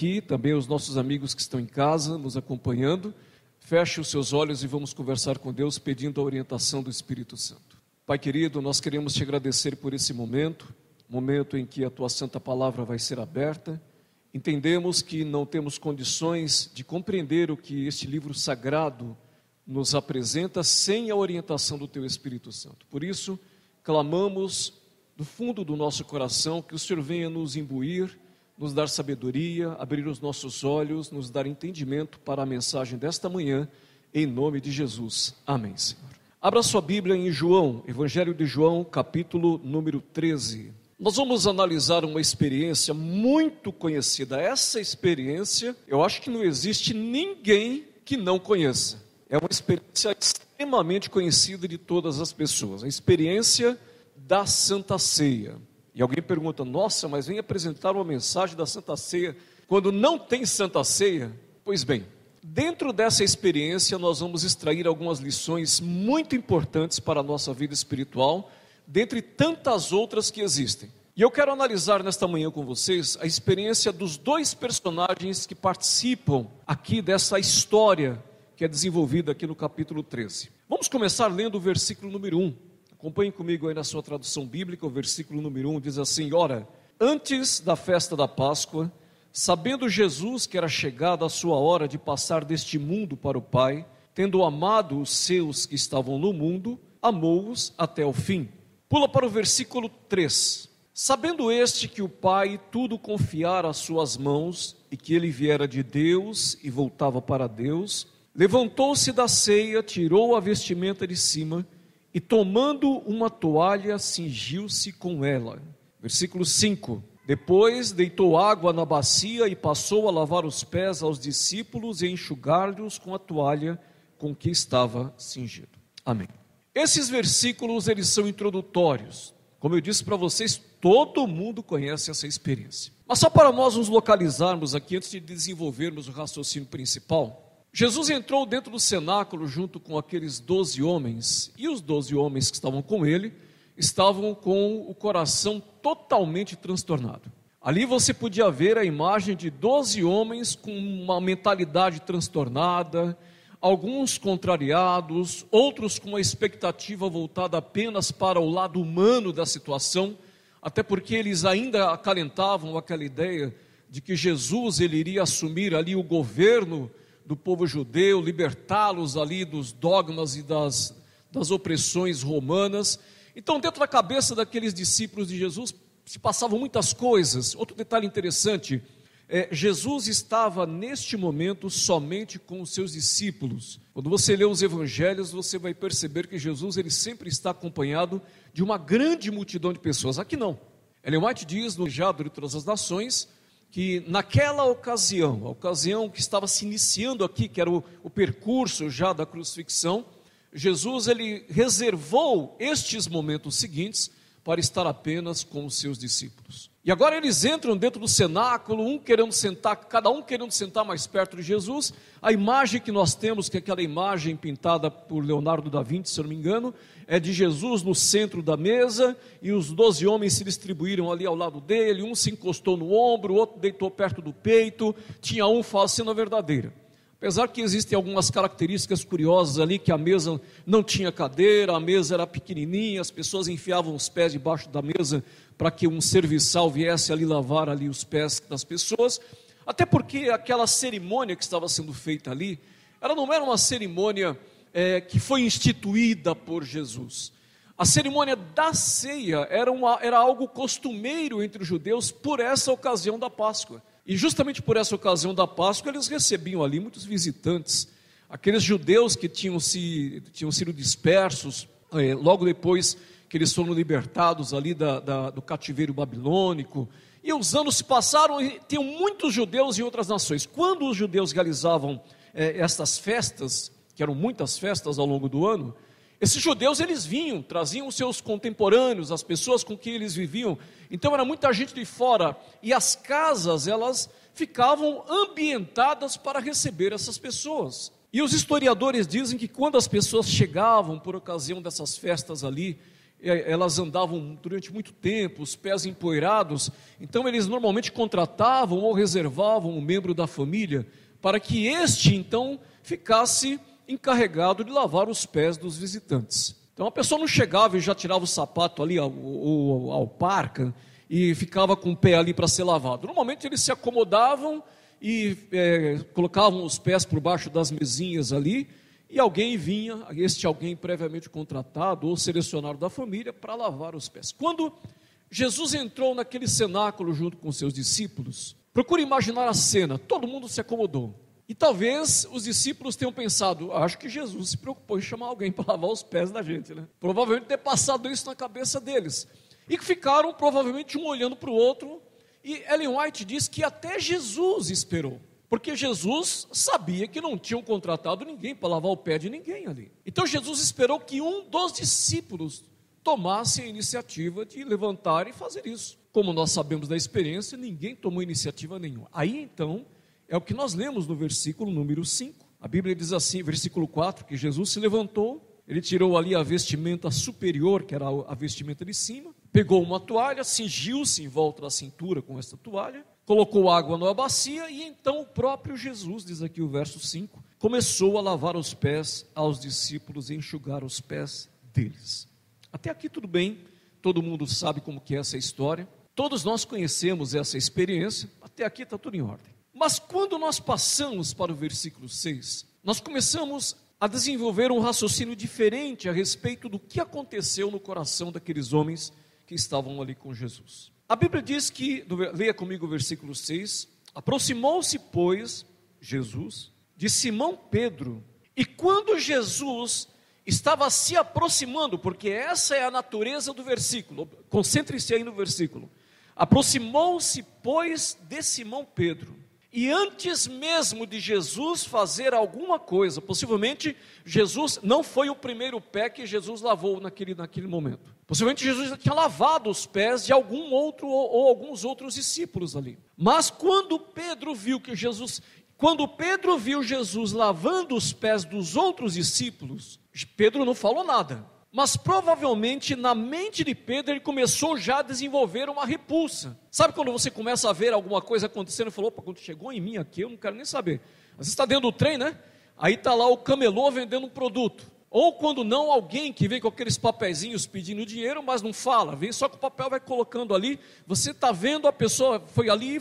aqui, também os nossos amigos que estão em casa nos acompanhando. Feche os seus olhos e vamos conversar com Deus pedindo a orientação do Espírito Santo. Pai querido, nós queremos te agradecer por esse momento em que a tua santa palavra vai ser aberta. Entendemos que não temos condições de compreender o que este livro sagrado nos apresenta sem a orientação do teu Espírito Santo. Por isso, clamamos do fundo do nosso coração que o Senhor venha nos imbuir, nos dar sabedoria, abrir os nossos olhos, nos dar entendimento para a mensagem desta manhã, em nome de Jesus. Amém, Senhor. Abra sua Bíblia em João, Evangelho de João, capítulo número 13. Nós vamos analisar uma experiência muito conhecida. Essa experiência, eu acho que não existe ninguém que não conheça. É uma experiência extremamente conhecida de todas as pessoas. A experiência da Santa Ceia. E alguém pergunta, nossa, mas vem apresentar uma mensagem da Santa Ceia quando não tem Santa Ceia? Pois bem, dentro dessa experiência nós vamos extrair algumas lições muito importantes para a nossa vida espiritual, dentre tantas outras que existem. E eu quero analisar nesta manhã com vocês a experiência dos dois personagens que participam aqui dessa história que é desenvolvida aqui no capítulo 13. Vamos começar lendo o versículo número 1. Acompanhe comigo aí na sua tradução bíblica, o versículo número 1 diz assim: Ora, antes da festa da Páscoa, sabendo Jesus que era chegada a sua hora de passar deste mundo para o Pai, tendo amado os seus que estavam no mundo, amou-os até o fim. Pula para o versículo 3. Sabendo este que o Pai tudo confiara às suas mãos, e que ele viera de Deus e voltava para Deus, levantou-se da ceia, tirou a vestimenta de cima, e tomando uma toalha, cingiu-se com ela. Versículo 5. Depois deitou água na bacia e passou a lavar os pés aos discípulos e enxugar-lhes com a toalha com que estava cingido. Amém. Esses versículos, eles são introdutórios. Como eu disse para vocês, todo mundo conhece essa experiência. Mas só para nós nos localizarmos aqui, antes de desenvolvermos o raciocínio principal, Jesus entrou dentro do cenáculo junto com aqueles 12 homens, e os 12 homens que estavam com ele, estavam com o coração totalmente transtornado. Ali você podia ver a imagem de 12 homens com uma mentalidade transtornada, alguns contrariados, outros com uma expectativa voltada apenas para o lado humano da situação, até porque eles ainda acalentavam aquela ideia de que Jesus ele iria assumir ali o governo do povo judeu, libertá-los ali dos dogmas e das opressões romanas. Então, dentro da cabeça daqueles discípulos de Jesus, se passavam muitas coisas. Outro detalhe interessante, Jesus estava neste momento somente com os seus discípulos. Quando você lê os evangelhos, você vai perceber que Jesus ele sempre está acompanhado de uma grande multidão de pessoas. Aqui não. Ellen White diz no Jado de Todas as Nações, que naquela ocasião, a ocasião que estava se iniciando aqui, que era o percurso já da crucifixão, Jesus ele reservou estes momentos seguintes para estar apenas com os seus discípulos. E agora eles entram dentro do cenáculo, cada um querendo sentar mais perto de Jesus. A imagem que nós temos, que é aquela imagem pintada por Leonardo da Vinci, se eu não me engano, é de Jesus no centro da mesa, e os 12 homens se distribuíram ali ao lado dele, um se encostou no ombro, o outro deitou perto do peito, tinha um fazendo a verdadeira. Apesar que existem algumas características curiosas ali, que a mesa não tinha cadeira, a mesa era pequenininha, as pessoas enfiavam os pés debaixo da mesa para que um serviçal viesse ali lavar ali os pés das pessoas, até porque aquela cerimônia que estava sendo feita ali, ela não era uma cerimônia que foi instituída por Jesus. A cerimônia da ceia era algo costumeiro entre os judeus por essa ocasião da Páscoa. E justamente por essa ocasião da Páscoa, eles recebiam ali muitos visitantes, aqueles judeus que tinham sido dispersos, logo depois que eles foram libertados ali do cativeiro babilônico, e os anos se passaram e tinham muitos judeus em outras nações. Quando os judeus realizavam estas festas, que eram muitas festas ao longo do ano, esses judeus eles vinham, traziam os seus contemporâneos, as pessoas com quem eles viviam. Então era muita gente de fora, e as casas elas ficavam ambientadas para receber essas pessoas. E os historiadores dizem que quando as pessoas chegavam por ocasião dessas festas ali, elas andavam durante muito tempo, os pés empoeirados, então eles normalmente contratavam ou reservavam um membro da família para que este então ficasse encarregado de lavar os pés dos visitantes. Então a pessoa não chegava e já tirava o sapato ali, ao parca, e ficava com o pé ali para ser lavado. Normalmente eles se acomodavam e colocavam os pés por baixo das mesinhas ali, e alguém vinha, este alguém previamente contratado ou selecionado da família, para lavar os pés. Quando Jesus entrou naquele cenáculo junto com seus discípulos, procure imaginar a cena, todo mundo se acomodou. E talvez os discípulos tenham pensado, acho que Jesus se preocupou em chamar alguém para lavar os pés da gente, né? Provavelmente ter passado isso na cabeça deles. E que ficaram provavelmente um olhando para o outro, e Ellen White diz que até Jesus esperou. Porque Jesus sabia que não tinham contratado ninguém para lavar o pé de ninguém ali. Então Jesus esperou que um dos discípulos tomasse a iniciativa de levantar e fazer isso. Como nós sabemos da experiência, ninguém tomou iniciativa nenhuma. Aí então, é o que nós lemos no versículo número 5. A Bíblia diz assim, versículo 4, que Jesus se levantou, ele tirou ali a vestimenta superior, que era a vestimenta de cima, pegou uma toalha, cingiu-se em volta da cintura com essa toalha, colocou água na bacia e então o próprio Jesus, diz aqui o verso 5, começou a lavar os pés aos discípulos e enxugar os pés deles. Até aqui tudo bem, todo mundo sabe como que é essa história, todos nós conhecemos essa experiência, até aqui está tudo em ordem. Mas quando nós passamos para o versículo 6, nós começamos a desenvolver um raciocínio diferente a respeito do que aconteceu no coração daqueles homens que estavam ali com Jesus. A Bíblia diz que, leia comigo o versículo 6, aproximou-se, pois, Jesus, de Simão Pedro, e quando Jesus estava se aproximando, porque essa é a natureza do versículo, concentre-se aí no versículo, aproximou-se, pois, de Simão Pedro, e antes mesmo de Jesus fazer alguma coisa, possivelmente Jesus não foi o primeiro pé que Jesus lavou naquele momento. Possivelmente Jesus já tinha lavado os pés de algum outro ou alguns outros discípulos ali. Mas quando Pedro viu Jesus lavando os pés dos outros discípulos, Pedro não falou nada. Mas provavelmente na mente de Pedro ele começou já a desenvolver uma repulsa. Sabe quando você começa a ver alguma coisa acontecendo e falou, opa, quando chegou em mim aqui eu não quero nem saber. Às vezes está dentro do trem, né? Aí está lá o camelô vendendo um produto. Ou quando não, alguém que vem com aqueles papeizinhos pedindo dinheiro, mas não fala, vem só com o papel, vai colocando ali. Você está vendo a pessoa, foi ali,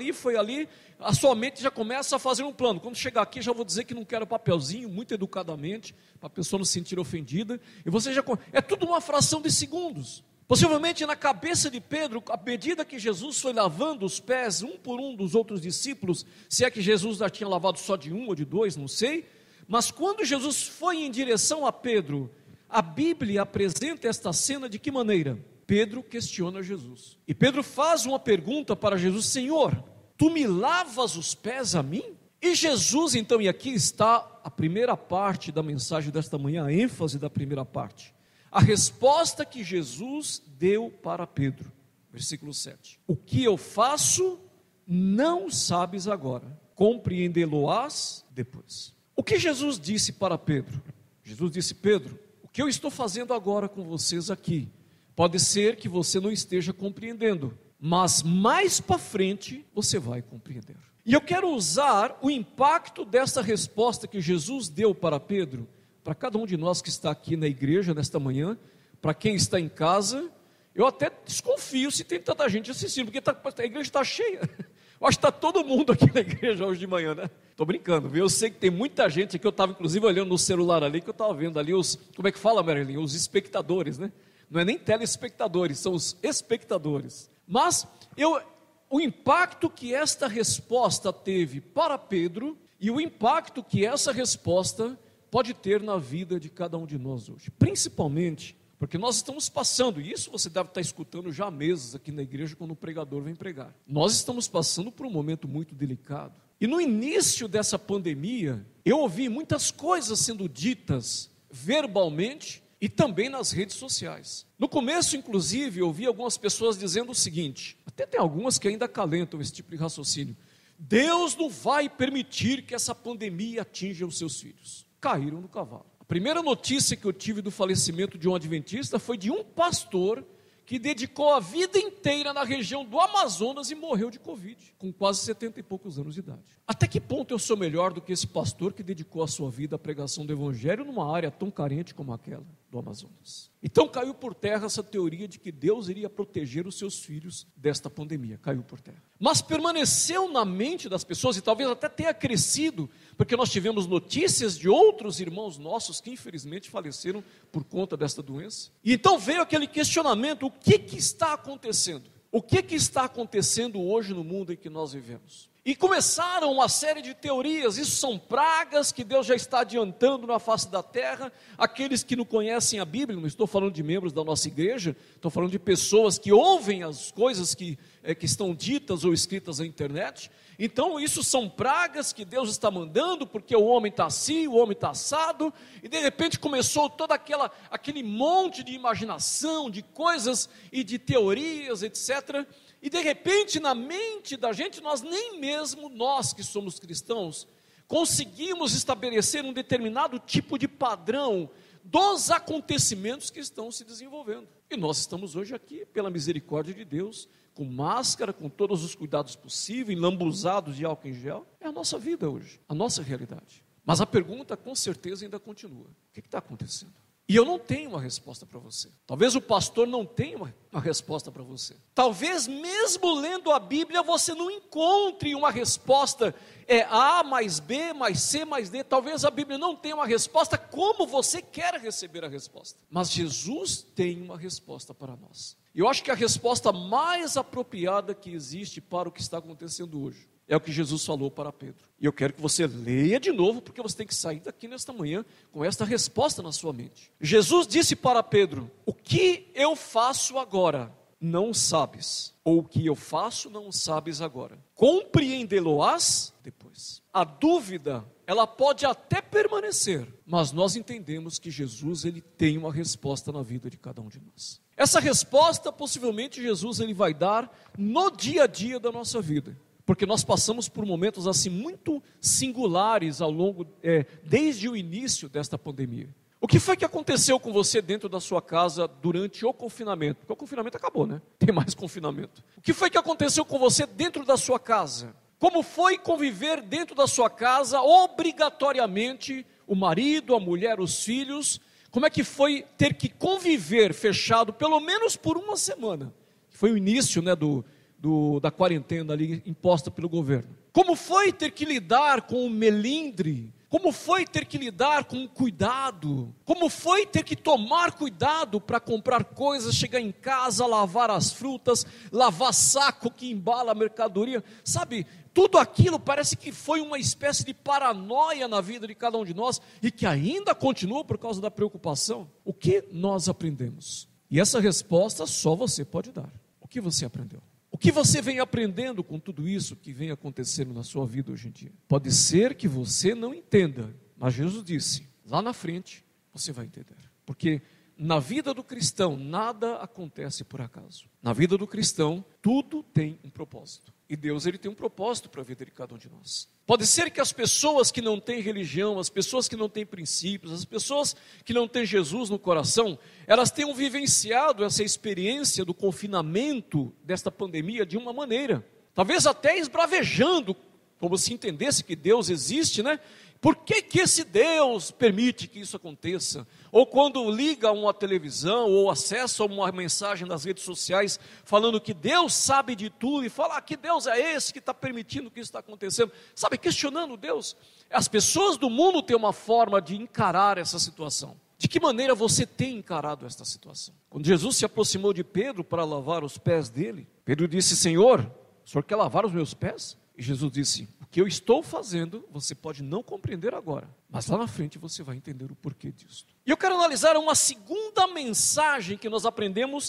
a sua mente já começa a fazer um plano. Quando chegar aqui, já vou dizer que não quero papelzinho, muito educadamente, para a pessoa não se sentir ofendida. E você já, é tudo uma fração de segundos. Possivelmente na cabeça de Pedro, à medida que Jesus foi lavando os pés, um por um dos outros discípulos, se é que Jesus já tinha lavado só de um ou de dois, não sei. Mas quando Jesus foi em direção a Pedro, a Bíblia apresenta esta cena de que maneira? Pedro questiona Jesus. E Pedro faz uma pergunta para Jesus, Senhor, tu me lavas os pés a mim? E Jesus então, e aqui está a primeira parte da mensagem desta manhã, a ênfase da primeira parte. A resposta que Jesus deu para Pedro, versículo 7. O que eu faço, não sabes agora, compreendê-lo-ás depois. O que Jesus disse para Pedro? Jesus disse, Pedro, o que eu estou fazendo agora com vocês aqui, pode ser que você não esteja compreendendo, mas mais para frente você vai compreender. E eu quero usar o impacto dessa resposta que Jesus deu para Pedro, para cada um de nós que está aqui na igreja nesta manhã, para quem está em casa. Eu até desconfio se tem tanta gente assistindo, porque a igreja está cheia. Eu acho que está todo mundo aqui na igreja hoje de manhã, né? Estou brincando, viu? Eu sei que tem muita gente aqui, eu estava inclusive olhando no celular ali, que eu estava vendo ali os, como é que fala, Marilyn? Os espectadores, né? Não é nem telespectadores, são os espectadores. Mas o impacto que esta resposta teve para Pedro e o impacto que essa resposta pode ter na vida de cada um de nós hoje, principalmente porque nós estamos passando, e isso você deve estar escutando já há meses aqui na igreja quando o pregador vem pregar. Nós estamos passando por um momento muito delicado. E no início dessa pandemia, eu ouvi muitas coisas sendo ditas verbalmente e também nas redes sociais. No começo, inclusive, eu ouvi algumas pessoas dizendo o seguinte, até tem algumas que ainda acalentam esse tipo de raciocínio: Deus não vai permitir que essa pandemia atinja os seus filhos. Caíram no cavalo. A primeira notícia que eu tive do falecimento de um adventista foi de um pastor que dedicou a vida inteira na região do Amazonas e morreu de Covid, com quase 70 e poucos anos de idade. Até que ponto eu sou melhor do que esse pastor que dedicou a sua vida à pregação do Evangelho numa área tão carente como aquela do Amazonas? Então caiu por terra essa teoria de que Deus iria proteger os seus filhos desta pandemia, caiu por terra. Mas permaneceu na mente das pessoas, e talvez até tenha crescido, porque nós tivemos notícias de outros irmãos nossos que infelizmente faleceram por conta desta doença. E então veio aquele questionamento: o que está acontecendo? O que está acontecendo hoje no mundo em que nós vivemos? E começaram uma série de teorias. Isso são pragas que Deus já está adiantando na face da terra. Aqueles que não conhecem a Bíblia, não estou falando de membros da nossa igreja, estou falando de pessoas que ouvem as coisas que estão ditas ou escritas na internet. Então isso são pragas que Deus está mandando, porque o homem está assim, o homem está assado, e de repente começou todo aquele monte de imaginação, de coisas e de teorias, etc. E de repente na mente da gente, nem mesmo nós que somos cristãos, conseguimos estabelecer um determinado tipo de padrão dos acontecimentos que estão se desenvolvendo. E nós estamos hoje aqui, pela misericórdia de Deus, com máscara, com todos os cuidados possíveis, lambuzados de álcool em gel. É a nossa vida hoje, a nossa realidade. Mas a pergunta com certeza ainda continua: o que está acontecendo? E eu não tenho uma resposta para você. Talvez o pastor não tenha uma resposta para você. Talvez mesmo lendo a Bíblia você não encontre uma resposta, A mais B mais C mais D. Talvez a Bíblia não tenha uma resposta como você quer receber a resposta. Mas Jesus tem uma resposta para nós. E eu acho que a resposta mais apropriada que existe para o que está acontecendo hoje é o que Jesus falou para Pedro. E eu quero que você leia de novo, porque você tem que sair daqui nesta manhã com esta resposta na sua mente. Jesus disse para Pedro: o que eu faço agora, não sabes. Ou o que eu faço, não sabes agora. Compreendê-lo-ás depois. A dúvida, ela pode até permanecer, mas nós entendemos que Jesus, ele tem uma resposta na vida de cada um de nós. Essa resposta, possivelmente, Jesus ele vai dar no dia a dia da nossa vida. Porque nós passamos por momentos assim muito singulares ao longo, desde o início desta pandemia. O que foi que aconteceu com você dentro da sua casa durante o confinamento? Porque o confinamento acabou, né? Tem mais confinamento. O que foi que aconteceu com você dentro da sua casa? Como foi conviver dentro da sua casa, obrigatoriamente, o marido, a mulher, os filhos? Como é que foi ter que conviver fechado pelo menos por uma semana? Foi o início, né, da quarentena ali imposta pelo governo. Como foi ter que lidar com o melindre? Como foi ter que lidar com o cuidado? Como foi ter que tomar cuidado para comprar coisas, chegar em casa, lavar as frutas, lavar saco que embala a mercadoria? Sabe, tudo aquilo parece que foi uma espécie de paranoia na vida de cada um de nós e que ainda continua por causa da preocupação. O que nós aprendemos? E essa resposta só você pode dar. O que você aprendeu? O que você vem aprendendo com tudo isso que vem acontecendo na sua vida hoje em dia? Pode ser que você não entenda, mas Jesus disse, lá na frente você vai entender. Porque na vida do cristão nada acontece por acaso. Na vida do cristão tudo tem um propósito. E Deus ele tem um propósito para a vida de cada um de nós. Pode ser que as pessoas que não têm religião, as pessoas que não têm princípios, as pessoas que não têm Jesus no coração, elas tenham vivenciado essa experiência do confinamento desta pandemia de uma maneira, talvez até esbravejando, como se entendesse que Deus existe, né? Por que esse Deus permite que isso aconteça? Ou quando liga uma televisão ou acessa uma mensagem nas redes sociais falando que Deus sabe de tudo e fala, que Deus é esse que está permitindo que isso está acontecendo? Sabe, questionando Deus. As pessoas do mundo têm uma forma de encarar essa situação. De que maneira você tem encarado esta situação? Quando Jesus se aproximou de Pedro para lavar os pés dele, Pedro disse, Senhor, o Senhor quer lavar os meus pés? E Jesus disse, o que eu estou fazendo, você pode não compreender agora, mas lá na frente você vai entender o porquê disso. E eu quero analisar uma segunda mensagem que nós aprendemos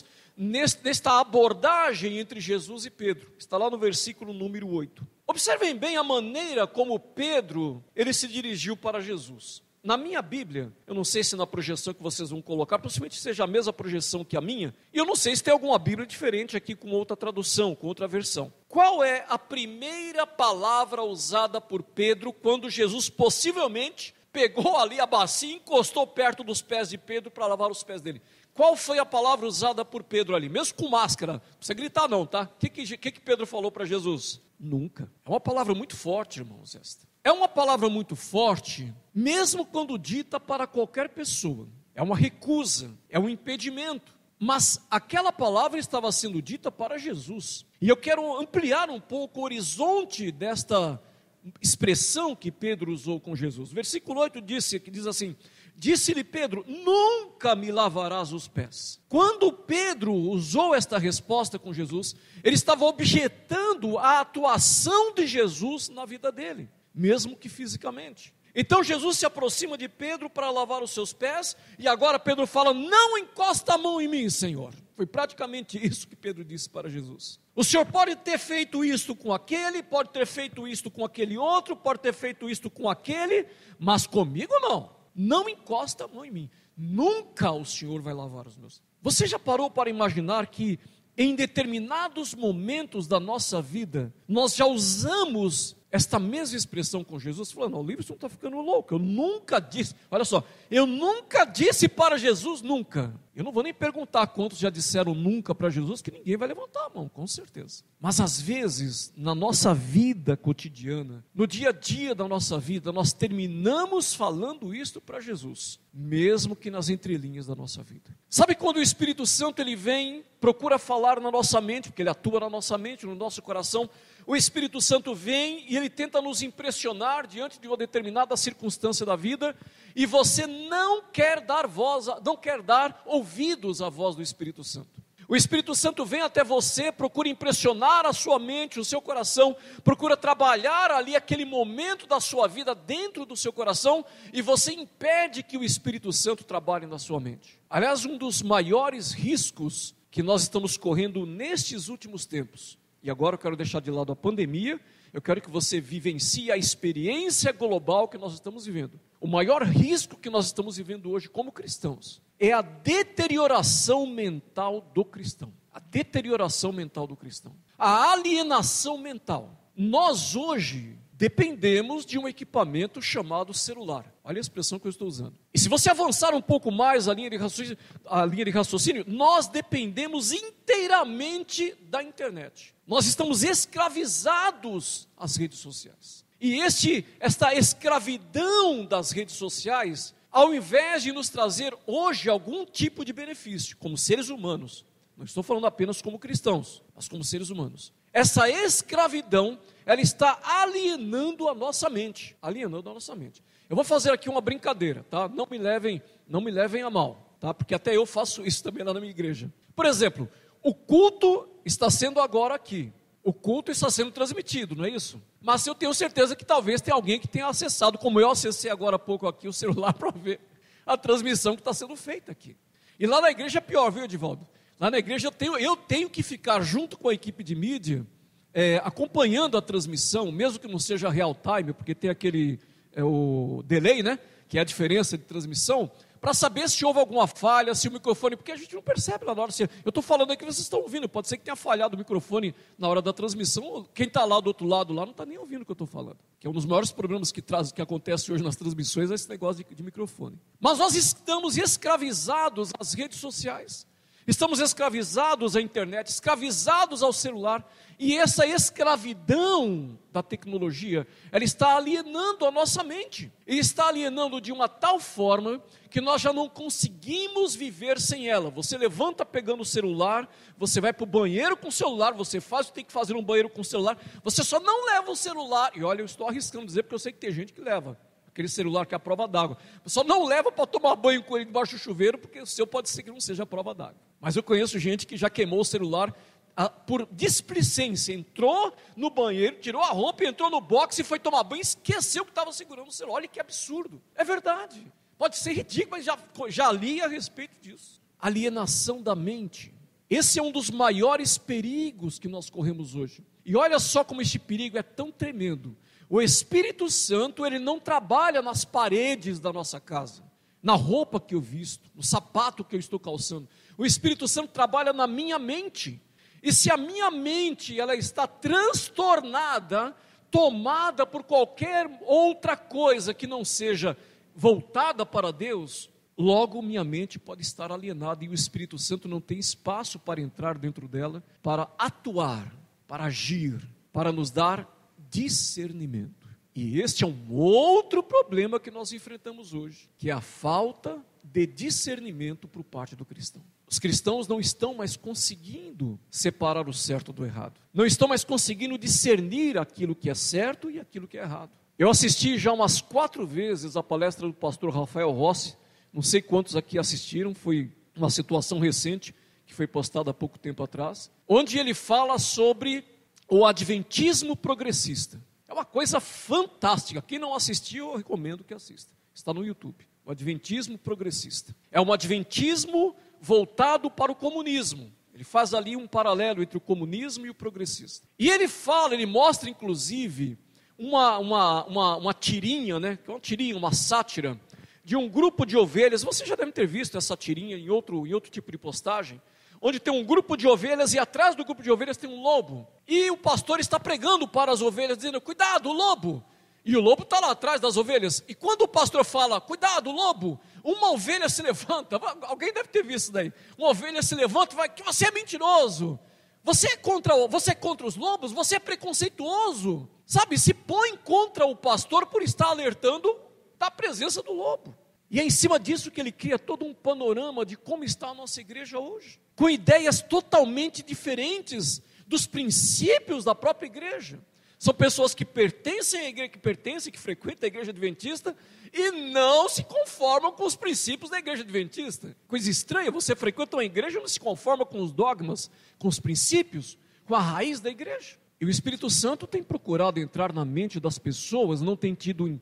nesta abordagem entre Jesus e Pedro. Está lá no versículo número 8. Observem bem a maneira como Pedro, ele se dirigiu para Jesus. Na minha Bíblia, eu não sei se na projeção que vocês vão colocar, possivelmente seja a mesma projeção que a minha, e eu não sei se tem alguma Bíblia diferente aqui com outra tradução, com outra versão. Qual é a primeira palavra usada por Pedro quando Jesus possivelmente pegou ali a bacia e encostou perto dos pés de Pedro para lavar os pés dele. Qual foi a palavra usada por Pedro ali? Mesmo com máscara, não precisa gritar não, tá? O que Pedro falou para Jesus? Nunca. É uma palavra muito forte, irmãos, esta. É uma palavra muito forte, mesmo quando dita para qualquer pessoa. É uma recusa, é um impedimento. Mas aquela palavra estava sendo dita para Jesus. E eu quero ampliar um pouco o horizonte desta expressão que Pedro usou com Jesus. Versículo 8 diz assim: disse-lhe Pedro, nunca me lavarás os pés. Quando Pedro usou esta resposta com Jesus, ele estava objetando a atuação de Jesus na vida dele, mesmo que fisicamente. Então Jesus se aproxima de Pedro para lavar os seus pés, e agora Pedro fala, não encosta a mão em mim, Senhor. Foi praticamente isso que Pedro disse para Jesus. O Senhor pode ter feito isto com aquele, pode ter feito isto com aquele outro, pode ter feito isto com aquele, mas comigo não. Não encosta a mão em mim. Nunca o Senhor vai lavar os meus. Você já parou para imaginar que em determinados momentos da nossa vida, nós já usamos esta mesma expressão com Jesus, falando, não, o Livson está ficando louco, eu nunca disse, olha só, eu nunca disse para Jesus, nunca. Eu não vou nem perguntar quantos já disseram nunca para Jesus, que ninguém vai levantar a mão, com certeza. Mas às vezes, na nossa vida cotidiana, no dia a dia da nossa vida, nós terminamos falando isto para Jesus, mesmo que nas entrelinhas da nossa vida. Sabe quando o Espírito Santo ele vem, procura falar na nossa mente, porque ele atua na nossa mente, no nosso coração, o Espírito Santo vem e ele tenta nos impressionar diante de uma determinada circunstância da vida, e você não quer dar ouvidos à voz do Espírito Santo. O Espírito Santo vem até você, procura impressionar a sua mente, o seu coração, procura trabalhar ali aquele momento da sua vida dentro do seu coração, e você impede que o Espírito Santo trabalhe na sua mente. Aliás, um dos maiores riscos que nós estamos correndo nestes últimos tempos, e agora eu quero deixar de lado a pandemia, eu quero que você vivencie a experiência global que nós estamos vivendo. O maior risco que nós estamos vivendo hoje como cristãos é a deterioração mental do cristão. A deterioração mental do cristão. A alienação mental. Nós hoje dependemos de um equipamento chamado celular. Olha a expressão que eu estou usando. E se você avançar um pouco mais a linha de raciocínio, nós dependemos inteiramente da internet. Nós estamos escravizados às redes sociais. E esta escravidão das redes sociais, ao invés de nos trazer hoje algum tipo de benefício, como seres humanos, não estou falando apenas como cristãos, mas como seres humanos, essa escravidão, ela está alienando a nossa mente, Eu vou fazer aqui uma brincadeira, tá? Não me levem a mal, tá? Porque até eu faço isso também lá na minha igreja. Por exemplo, o culto está sendo agora aqui, o culto está sendo transmitido, não é isso? Mas eu tenho certeza que talvez tenha alguém que tenha acessado, como eu acessei agora há pouco aqui o celular para ver a transmissão que está sendo feita aqui. E lá na igreja é pior, viu, Edivaldo? Lá na igreja eu tenho que ficar junto com a equipe de mídia, acompanhando a transmissão, mesmo que não seja real time, porque tem o delay, né? Que é a diferença de transmissão, para saber se houve alguma falha, se o microfone, porque a gente não percebe lá na hora, eu estou falando aqui, vocês estão ouvindo, pode ser que tenha falhado o microfone na hora da transmissão, quem está lá do outro lado lá não está nem ouvindo o que eu estou falando, que é um dos maiores problemas que acontece hoje nas transmissões, é esse negócio de microfone. Mas nós estamos escravizados às redes sociais, estamos escravizados à internet, escravizados ao celular, e essa escravidão da tecnologia, ela está alienando a nossa mente, e está alienando de uma tal forma, que nós já não conseguimos viver sem ela. Você levanta pegando o celular, você vai para o banheiro com o celular, você faz o que tem que fazer no banheiro com o celular, você só não leva o celular, e olha, eu estou arriscando dizer, porque eu sei que tem gente que leva, aquele celular que é a prova d'água, só não leva para tomar banho com ele debaixo do chuveiro, porque o seu pode ser que não seja a prova d'água. Mas eu conheço gente que já queimou o celular por displicência, entrou no banheiro, tirou a roupa, entrou no box e foi tomar banho, esqueceu que estava segurando o celular. Olha que absurdo, é verdade, pode ser ridículo, mas já li a respeito disso. Alienação da mente, esse é um dos maiores perigos que nós corremos hoje, e olha só como este perigo é tão tremendo. O Espírito Santo, ele não trabalha nas paredes da nossa casa, na roupa que eu visto, no sapato que eu estou calçando. O Espírito Santo trabalha na minha mente. E se a minha mente ela está transtornada, tomada por qualquer outra coisa que não seja voltada para Deus, logo minha mente pode estar alienada e o Espírito Santo não tem espaço para entrar dentro dela, para atuar, para agir, para nos dar discernimento. E este é um outro problema que nós enfrentamos hoje, que é a falta de discernimento por parte do cristão. Os cristãos não estão mais conseguindo separar o certo do errado. Não estão mais conseguindo discernir aquilo que é certo e aquilo que é errado. Eu assisti já umas 4 vezes a palestra do pastor Rafael Rossi. Não sei quantos aqui assistiram, foi uma situação recente que foi postada há pouco tempo atrás, onde ele fala sobre o adventismo progressista. É uma coisa fantástica. Quem não assistiu, eu recomendo que assista. Está no YouTube. O adventismo progressista. É um adventismo voltado para o comunismo. Ele faz ali um paralelo entre o comunismo e o progressista. E ele mostra inclusive uma tirinha, né? Uma tirinha, uma sátira de um grupo de ovelhas. Você já deve ter visto essa tirinha em outro tipo de postagem, onde tem um grupo de ovelhas e atrás do grupo de ovelhas tem um lobo. E o pastor está pregando para as ovelhas, dizendo, cuidado, lobo. E o lobo está lá atrás das ovelhas. E quando o pastor fala, cuidado, lobo, uma ovelha se levanta. Alguém deve ter visto isso daí. Uma ovelha se levanta e vai, que você é mentiroso. Você é contra os lobos, você é preconceituoso. Sabe, se põe contra o pastor por estar alertando da presença do lobo. E é em cima disso que ele cria todo um panorama de como está a nossa igreja hoje, com ideias totalmente diferentes dos princípios da própria igreja. São pessoas que pertencem à igreja, que frequentam a igreja adventista e não se conformam com os princípios da igreja adventista. Coisa estranha, você frequenta uma igreja e não se conforma com os dogmas, com os princípios, com a raiz da igreja. E o Espírito Santo tem procurado entrar na mente das pessoas, não tem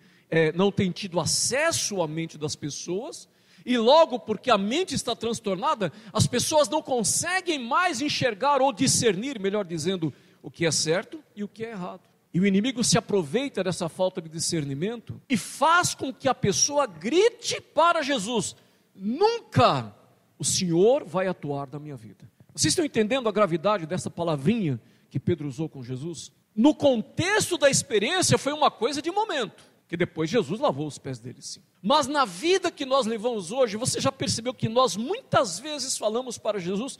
tido acesso à mente das pessoas, e logo porque a mente está transtornada, as pessoas não conseguem mais enxergar ou discernir, melhor dizendo, o que é certo e o que é errado. E o inimigo se aproveita dessa falta de discernimento e faz com que a pessoa grite para Jesus, nunca o Senhor vai atuar na minha vida. Vocês estão entendendo a gravidade dessa palavrinha que Pedro usou com Jesus? No contexto da experiência foi uma coisa de momento, que depois Jesus lavou os pés dele, sim. Mas na vida que nós levamos hoje, você já percebeu que nós muitas vezes falamos para Jesus,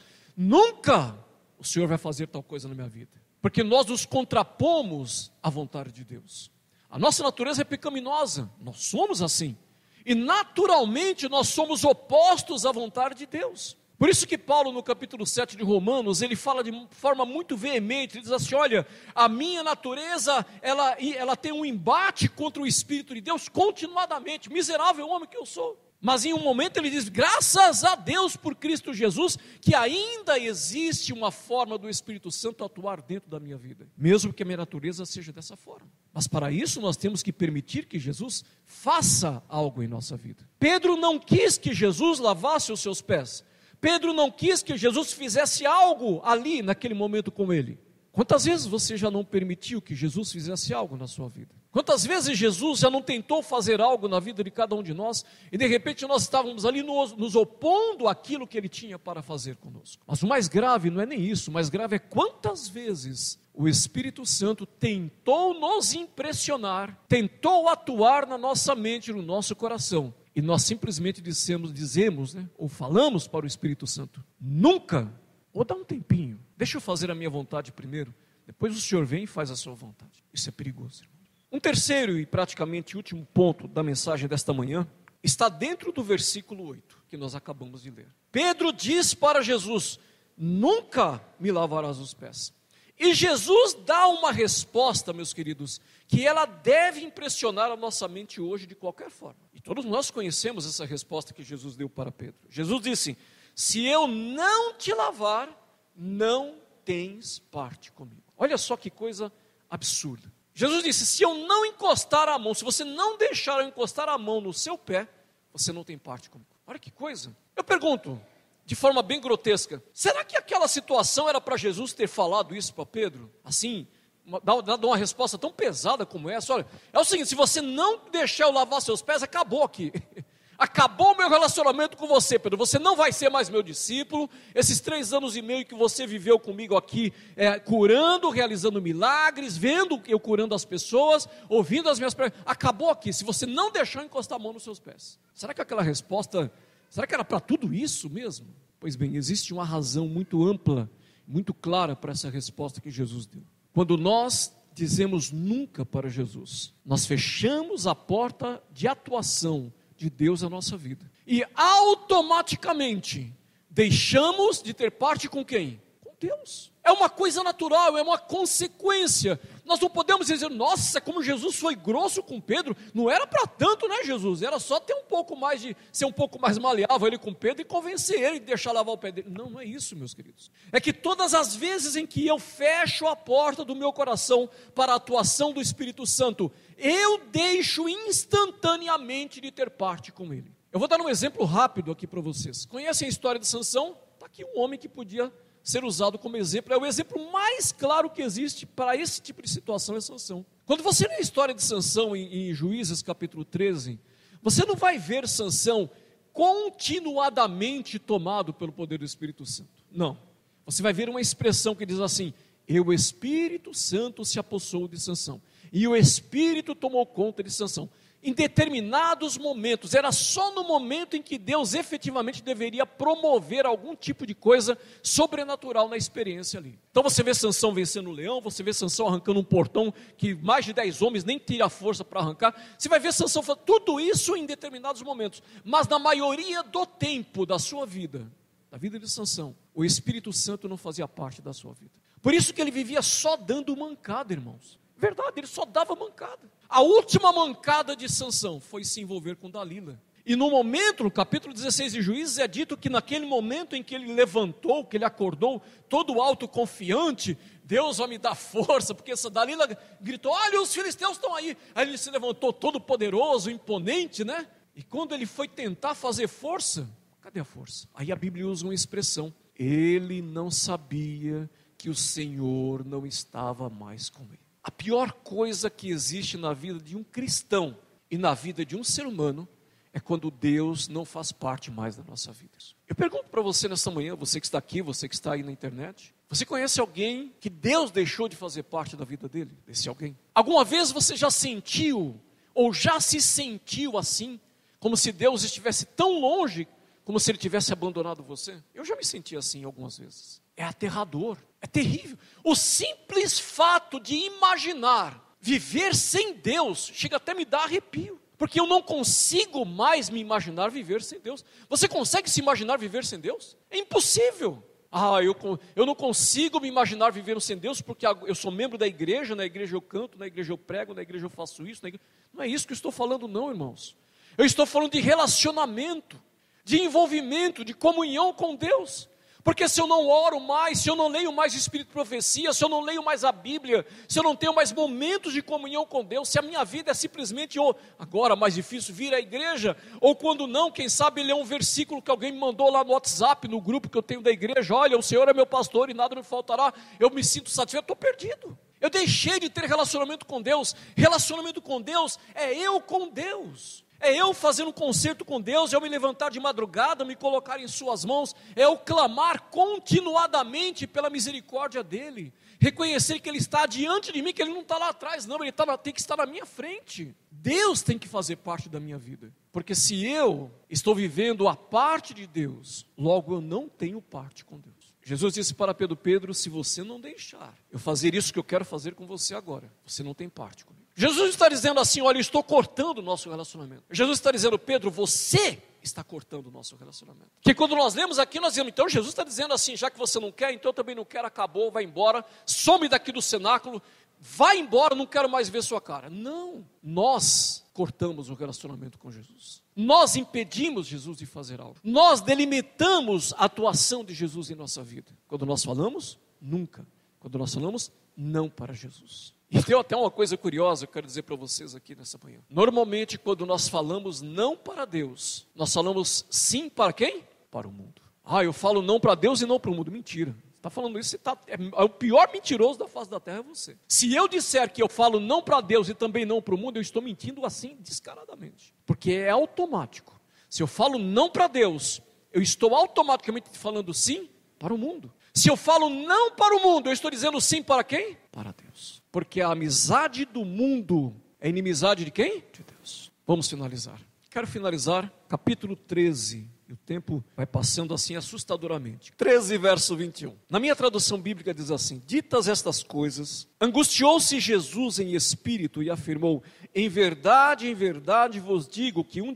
nunca o Senhor vai fazer tal coisa na minha vida, porque nós nos contrapomos à vontade de Deus. A nossa natureza é pecaminosa, nós somos assim, e naturalmente nós somos opostos à vontade de Deus. Por isso que Paulo, no capítulo 7 de Romanos, ele fala de forma muito veemente, ele diz assim, olha, a minha natureza, ela tem um embate contra o Espírito de Deus continuadamente, miserável homem que eu sou. Mas em um momento ele diz, graças a Deus por Cristo Jesus, que ainda existe uma forma do Espírito Santo atuar dentro da minha vida, mesmo que a minha natureza seja dessa forma. Mas para isso nós temos que permitir que Jesus faça algo em nossa vida. Pedro não quis que Jesus lavasse os seus pés. Pedro não quis que Jesus fizesse algo ali, naquele momento com ele. Quantas vezes você já não permitiu que Jesus fizesse algo na sua vida? Quantas vezes Jesus já não tentou fazer algo na vida de cada um de nós, e de repente nós estávamos ali nos opondo àquilo que ele tinha para fazer conosco. Mas o mais grave não é nem isso, o mais grave é quantas vezes o Espírito Santo tentou nos impressionar, tentou atuar na nossa mente, no nosso coração, e nós simplesmente dizemos, ou falamos para o Espírito Santo, nunca, ou dá um tempinho, deixa eu fazer a minha vontade primeiro, depois o Senhor vem e faz a sua vontade. Isso é perigoso, irmão. Um terceiro e praticamente último ponto da mensagem desta manhã está dentro do versículo 8, que nós acabamos de ler. Pedro diz para Jesus, nunca me lavarás os pés. E Jesus dá uma resposta, meus queridos, que ela deve impressionar a nossa mente hoje de qualquer forma. E todos nós conhecemos essa resposta que Jesus deu para Pedro. Jesus disse, se eu não te lavar, não tens parte comigo. Olha só que coisa absurda. Jesus disse, se eu não encostar a mão, se você não deixar eu encostar a mão no seu pé, você não tem parte comigo. Olha que coisa. Eu pergunto, de forma bem grotesca, será que aquela situação era para Jesus ter falado isso para Pedro? Assim, dado uma resposta tão pesada como essa? Olha, é o seguinte, se você não deixar eu lavar seus pés, acabou aqui. Acabou o meu relacionamento com você, Pedro, você não vai ser mais meu discípulo. Esses 3 anos e meio que você viveu comigo aqui, curando, realizando milagres, vendo eu curando as pessoas, ouvindo as minhas pregações, acabou aqui, se você não deixar eu encostar a mão nos seus pés. Será que aquela resposta, será que era para tudo isso mesmo? Pois bem, existe uma razão muito ampla, muito clara para essa resposta que Jesus deu. Quando nós dizemos nunca para Jesus, nós fechamos a porta de atuação de Deus na nossa vida, e automaticamente deixamos de ter parte com quem? Com Deus. É uma coisa natural, é uma consequência. Nós não podemos dizer, nossa, como Jesus foi grosso com Pedro. Não era para tanto, né, Jesus? Era só ter um pouco mais de, ser um pouco mais maleável ele com Pedro e convencer ele de deixar lavar o pé dele. Não, não é isso, meus queridos. É que todas as vezes em que eu fecho a porta do meu coração para a atuação do Espírito Santo, eu deixo instantaneamente de ter parte com ele. Eu vou dar um exemplo rápido aqui para vocês. Conhecem a história de Sansão? Está aqui um homem que podia ser usado como exemplo, é o exemplo mais claro que existe para esse tipo de situação, é Sansão. Quando você lê a história de Sansão em Juízes capítulo 13, você não vai ver Sansão continuadamente tomado pelo poder do Espírito Santo, não, você vai ver uma expressão que diz assim, e o Espírito Santo se apossou de Sansão, e o Espírito tomou conta de Sansão. Em determinados momentos, era só no momento em que Deus efetivamente deveria promover algum tipo de coisa sobrenatural na experiência ali. Então você vê Sansão vencendo o leão, você vê Sansão arrancando um portão que mais de 10 homens nem tira força para arrancar, você vai ver Sansão fazendo tudo isso em determinados momentos, mas na maioria do tempo da sua vida, da vida de Sansão, o Espírito Santo não fazia parte da sua vida. Por isso que ele vivia só dando mancada, irmãos. Verdade, ele só dava mancada. A última mancada de Sansão foi se envolver com Dalila. E no momento, no capítulo 16 de Juízes, é dito que naquele momento em que ele levantou, que ele acordou, todo autoconfiante, Deus vai me dar força, porque essa Dalila gritou, olha, os filisteus estão aí. Aí ele se levantou todo poderoso, imponente, né? E quando ele foi tentar fazer força, cadê a força? Aí a Bíblia usa uma expressão, ele não sabia que o Senhor não estava mais com ele. A pior coisa que existe na vida de um cristão e na vida de um ser humano é quando Deus não faz parte mais da nossa vida. Eu pergunto para você nessa manhã, você que está aqui, você que está aí na internet, você conhece alguém que Deus deixou de fazer parte da vida dele? Esse alguém? Alguma vez você já sentiu ou já se sentiu assim, como se Deus estivesse tão longe, como se ele tivesse abandonado você? Eu já me senti assim algumas vezes. É aterrador, é terrível. O simples fato de imaginar viver sem Deus chega até a me dar arrepio, porque eu não consigo mais me imaginar viver sem Deus. Você consegue se imaginar viver sem Deus? É impossível. Eu não consigo me imaginar vivendo sem Deus, porque eu sou membro da igreja, na igreja eu canto, na igreja eu prego, na igreja eu faço isso. Não é isso que eu estou falando não, irmãos. Eu estou falando de relacionamento, de envolvimento, de comunhão com Deus. Porque se eu não oro mais, se eu não leio mais Espírito de Profecia, se eu não leio mais a Bíblia, se eu não tenho mais momentos de comunhão com Deus, se a minha vida é simplesmente, agora mais difícil, vir à igreja, ou quando não, quem sabe ler um versículo que alguém me mandou lá no WhatsApp, no grupo que eu tenho da igreja, olha, o Senhor é meu pastor e nada me faltará, eu me sinto satisfeito, eu estou perdido. Eu deixei de ter relacionamento com Deus. Relacionamento com Deus é eu com Deus. É eu fazendo um concerto com Deus, é eu me levantar de madrugada, me colocar em suas mãos, é eu clamar continuadamente pela misericórdia dEle, reconhecer que Ele está diante de mim, que Ele não está lá atrás não, Ele tem que estar na minha frente. Deus tem que fazer parte da minha vida, porque se eu estou vivendo a parte de Deus, logo eu não tenho parte com Deus. Jesus disse para Pedro, se você não deixar eu fazer isso que eu quero fazer com você agora, você não tem parte comigo. Jesus está dizendo assim, olha, eu estou cortando o nosso relacionamento. Jesus está dizendo, Pedro, você está cortando o nosso relacionamento. Porque quando nós lemos aqui, nós dizemos, então Jesus está dizendo assim, já que você não quer, então eu também não quero, acabou, vai embora, some daqui do cenáculo, vai embora, não quero mais ver sua cara. Não, nós cortamos o relacionamento com Jesus. Nós impedimos Jesus de fazer algo. Nós delimitamos a atuação de Jesus em nossa vida. Quando nós falamos, nunca. Quando nós falamos, não para Jesus. E tem até uma coisa curiosa que eu quero dizer para vocês aqui nessa manhã. Normalmente, quando nós falamos não para Deus, nós falamos sim para quem? Para o mundo. Eu falo não para Deus e não para o mundo. Mentira. Está falando isso, é o pior mentiroso da face da terra é você. Se eu disser que eu falo não para Deus e também não para o mundo, eu estou mentindo assim descaradamente. Porque é automático. Se eu falo não para Deus, eu estou automaticamente falando sim para o mundo. Se eu falo não para o mundo, eu estou dizendo sim para quem? Para Deus. Porque a amizade do mundo é inimizade de quem? De Deus. Vamos finalizar. Quero finalizar capítulo 13. E o tempo vai passando assim assustadoramente. 13, verso 21. Na minha tradução bíblica diz assim: ditas estas coisas, angustiou-se Jesus em espírito e afirmou: em verdade vos digo que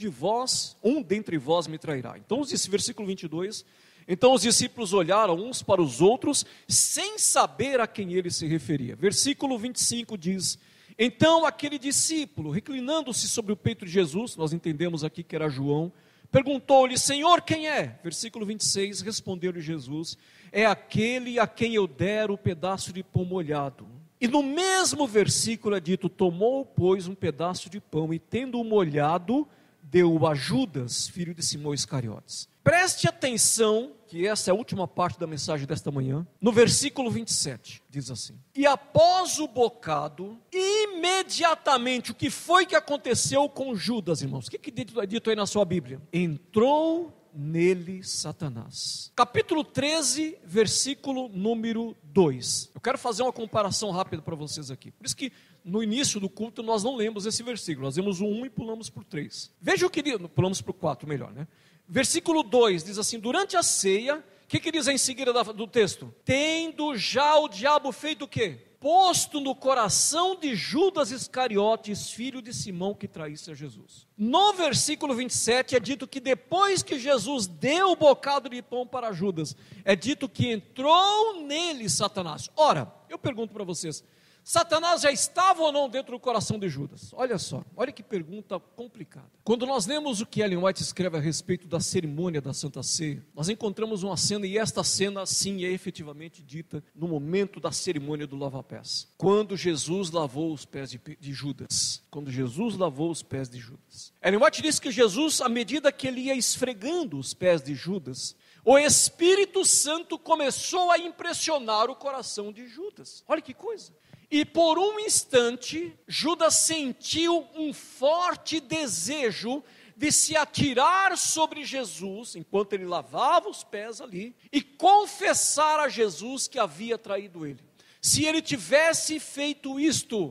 um dentre vós me trairá. Então, versículo 22, então os discípulos olharam uns para os outros, sem saber a quem ele se referia. Versículo 25 diz: então aquele discípulo, reclinando-se sobre o peito de Jesus, nós entendemos aqui que era João, perguntou-lhe: Senhor, quem é? Versículo 26, respondeu-lhe Jesus: é aquele a quem eu der o pedaço de pão molhado. E no mesmo versículo é dito: tomou, pois, um pedaço de pão e, tendo-o molhado, deu-o a Judas, filho de Simão Iscariotes. Preste atenção, que essa é a última parte da mensagem desta manhã. No versículo 27, diz assim: e após o bocado, imediatamente, o que foi que aconteceu com Judas, irmãos? O que é dito aí na sua Bíblia? Entrou nele Satanás. Capítulo 13, versículo número 2. Eu quero fazer uma comparação rápida para vocês aqui. Por isso que no início do culto nós não lemos esse versículo. Nós lemos o 1 e pulamos para o 3. Veja o que diz, pulamos para o 4, melhor, né? Versículo 2 diz assim: durante a ceia, o que diz em seguida do texto? Tendo já o diabo feito o quê? Posto no coração de Judas Iscariotes, filho de Simão, que traísse a Jesus. No versículo 27 é dito que depois que Jesus deu o bocado de pão para Judas, é dito que entrou nele Satanás. Ora, eu pergunto para vocês, Satanás já estava ou não dentro do coração de Judas? Olha só, olha que pergunta complicada. Quando nós lemos o que Ellen White escreve a respeito da cerimônia da Santa Ceia, nós encontramos uma cena, e esta cena sim é efetivamente dita no momento da cerimônia do lava-pés. Quando Jesus lavou os pés de Judas. Quando Jesus lavou os pés de Judas. Ellen White diz que Jesus, à medida que ele ia esfregando os pés de Judas, o Espírito Santo começou a impressionar o coração de Judas. Olha que coisa. E por um instante, Judas sentiu um forte desejo de se atirar sobre Jesus, enquanto ele lavava os pés ali, e confessar a Jesus que havia traído ele. Se ele tivesse feito isto,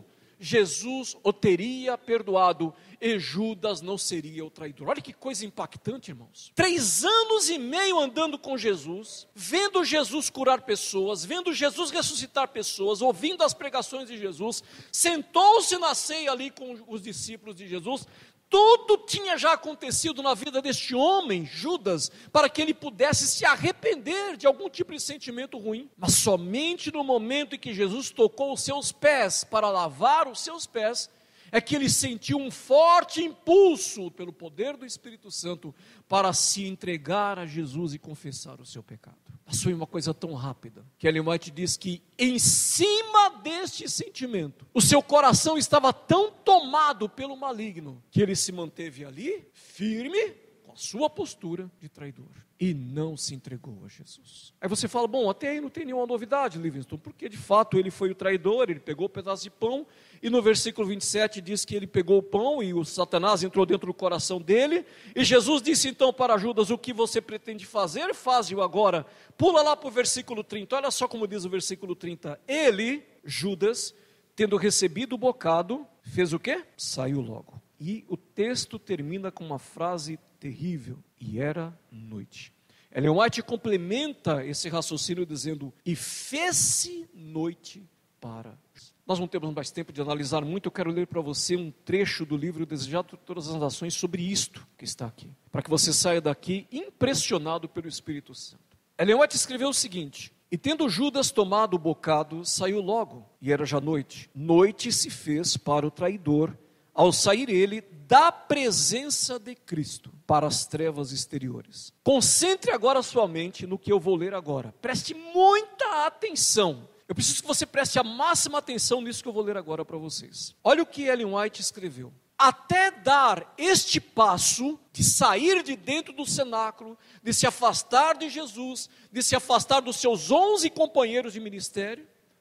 Jesus o teria perdoado e Judas não seria o traidor. Olha que coisa impactante, irmãos. 3 anos e meio andando com Jesus, vendo Jesus curar pessoas, vendo Jesus ressuscitar pessoas, ouvindo as pregações de Jesus, sentou-se na ceia ali com os discípulos de Jesus. Tudo tinha já acontecido na vida deste homem, Judas, para que ele pudesse se arrepender de algum tipo de sentimento ruim. Mas somente no momento em que Jesus tocou os seus pés para lavar os seus pés, é que ele sentiu um forte impulso pelo poder do Espírito Santo para se entregar a Jesus e confessar o seu pecado. Passou em uma coisa tão rápida, que Ellen White diz que em cima deste sentimento, o seu coração estava tão tomado pelo maligno, que ele se manteve ali, firme, com a sua postura de traidor, e não se entregou a Jesus. Aí você fala, bom, até aí não tem nenhuma novidade, Livingston, porque de fato ele foi o traidor, ele pegou um pedaço de pão, e no versículo 27 diz que ele pegou o pão e o Satanás entrou dentro do coração dele, e Jesus disse então para Judas: o que você pretende fazer, faze-o agora. Pula lá para o versículo 30, olha só como diz o versículo 30, ele, Judas, tendo recebido o bocado, fez o quê? Saiu logo. E o texto termina com uma frase terrível: e era noite. Ellen White complementa esse raciocínio dizendo: e fez-se noite para... Nós não temos mais tempo de analisar muito, eu quero ler para você um trecho do livro Desejado de Todas as Nações sobre isto que está aqui, para que você saia daqui impressionado pelo Espírito Santo. Ellen White escreveu o seguinte: e tendo Judas tomado o bocado, saiu logo, e era já noite. Noite se fez para o traidor, ao sair ele da presença de Cristo para as trevas exteriores. Concentre agora sua mente no que eu vou ler agora. Preste muita atenção. Eu preciso que você preste a máxima atenção nisso que eu vou ler agora para vocês. Olha o que Ellen White escreveu. Até dar este passo de sair de dentro do cenáculo, de se afastar de Jesus, de se afastar dos seus 11 companheiros de ministério,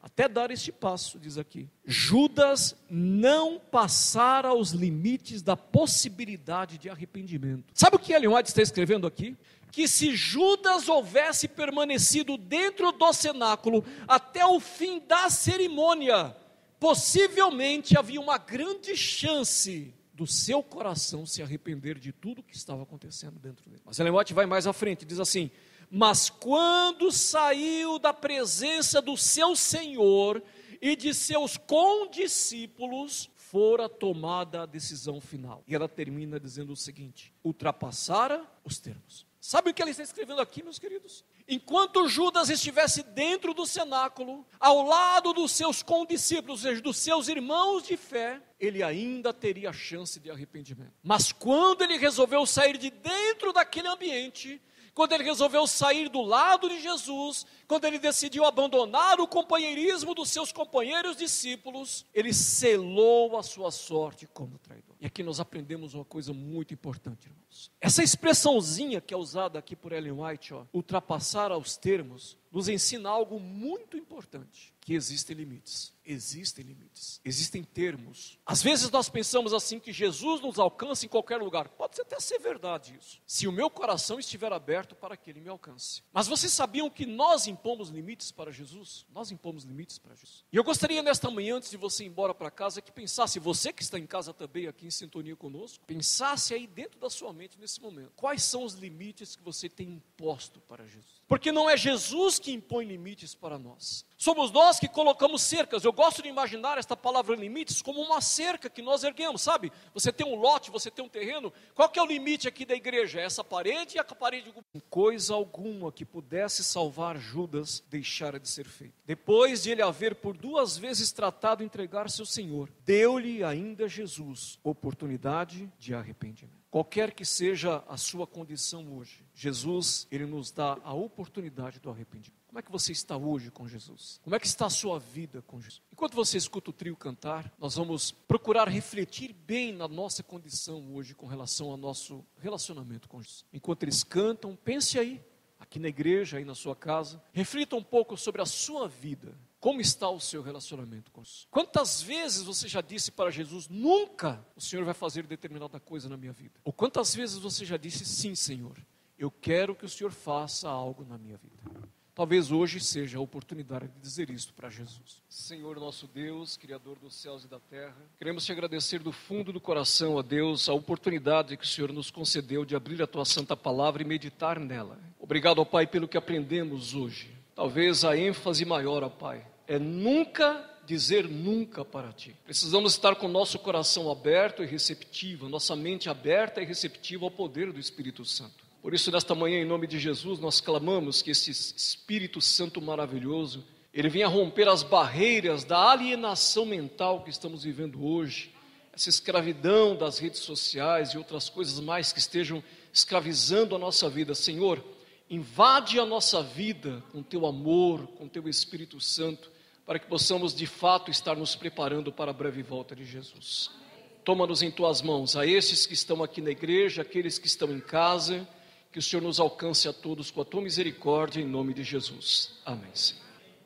até dar este passo, diz aqui, Judas não passara os limites da possibilidade de arrependimento. Sabe o que Ellen White está escrevendo aqui? Que se Judas houvesse permanecido dentro do cenáculo até o fim da cerimônia, possivelmente havia uma grande chance do seu coração se arrepender de tudo que estava acontecendo dentro dele. Mas Ellen White vai mais à frente, diz assim, mas quando saiu da presença do seu Senhor e de seus condiscípulos, fora tomada a decisão final. E ela termina dizendo o seguinte, ultrapassara os termos. Sabe o que ela está escrevendo aqui, meus queridos? Enquanto Judas estivesse dentro do cenáculo, ao lado dos seus condiscípulos, ou seja, dos seus irmãos de fé, ele ainda teria chance de arrependimento. Mas quando ele resolveu sair de dentro daquele ambiente, quando ele resolveu sair do lado de Jesus, quando ele decidiu abandonar o companheirismo dos seus companheiros discípulos, ele selou a sua sorte como traidor. E aqui nós aprendemos uma coisa muito importante, irmãos. Essa expressãozinha que é usada aqui por Ellen White, ultrapassar aos termos, nos ensina algo muito importante, que existem limites. Existem limites, existem termos. Às vezes nós pensamos assim que Jesus nos alcança em qualquer lugar. Pode até ser verdade isso, se o meu coração estiver aberto para que Ele me alcance. Mas vocês sabiam que nós impomos limites para Jesus? Nós impomos limites para Jesus. E eu gostaria nesta manhã, antes de você ir embora para casa, que pensasse, você que está em casa também, aqui em sintonia conosco, pensasse aí dentro da sua mente nesse momento, quais são os limites que você tem imposto para Jesus? Porque não é Jesus que impõe limites para nós. Somos nós que colocamos cercas. Eu gosto de imaginar esta palavra limites como uma cerca que nós erguemos, sabe? Você tem um lote, você tem um terreno. Qual que é o limite aqui da igreja? É essa parede e a parede. Coisa alguma que pudesse salvar Judas deixara de ser feita. Depois de ele haver por 2 vezes tratado de entregar seu Senhor, deu-lhe ainda Jesus oportunidade de arrependimento. Qualquer que seja a sua condição hoje, Jesus, Ele nos dá a oportunidade do arrependimento. Como é que você está hoje com Jesus? Como é que está a sua vida com Jesus? Enquanto você escuta o trio cantar, nós vamos procurar refletir bem na nossa condição hoje com relação ao nosso relacionamento com Jesus. Enquanto eles cantam, pense aí, aqui na igreja, aí na sua casa, reflita um pouco sobre a sua vida. Como está o seu relacionamento com Jesus? Quantas vezes você já disse para Jesus, nunca o Senhor vai fazer determinada coisa na minha vida? Ou quantas vezes você já disse, sim, Senhor, eu quero que o Senhor faça algo na minha vida? Talvez hoje seja a oportunidade de dizer isto para Jesus. Senhor nosso Deus, Criador dos céus e da terra, queremos te agradecer do fundo do coração, ó Deus, a oportunidade que o Senhor nos concedeu de abrir a tua santa palavra e meditar nela. Obrigado, ó Pai, pelo que aprendemos hoje. Talvez a ênfase maior, ó Pai, é nunca dizer nunca para Ti. Precisamos estar com o nosso coração aberto e receptivo, nossa mente aberta e receptiva ao poder do Espírito Santo. Por isso, nesta manhã, em nome de Jesus, nós clamamos que esse Espírito Santo maravilhoso, ele venha romper as barreiras da alienação mental que estamos vivendo hoje, essa escravidão das redes sociais e outras coisas mais que estejam escravizando a nossa vida. Senhor, invade a nossa vida com Teu amor, com Teu Espírito Santo, para que possamos de fato estar nos preparando para a breve volta de Jesus. Toma-nos em Tuas mãos, a estes que estão aqui na igreja, aqueles que estão em casa, que o Senhor nos alcance a todos com a Tua misericórdia, em nome de Jesus. Amém, Senhor.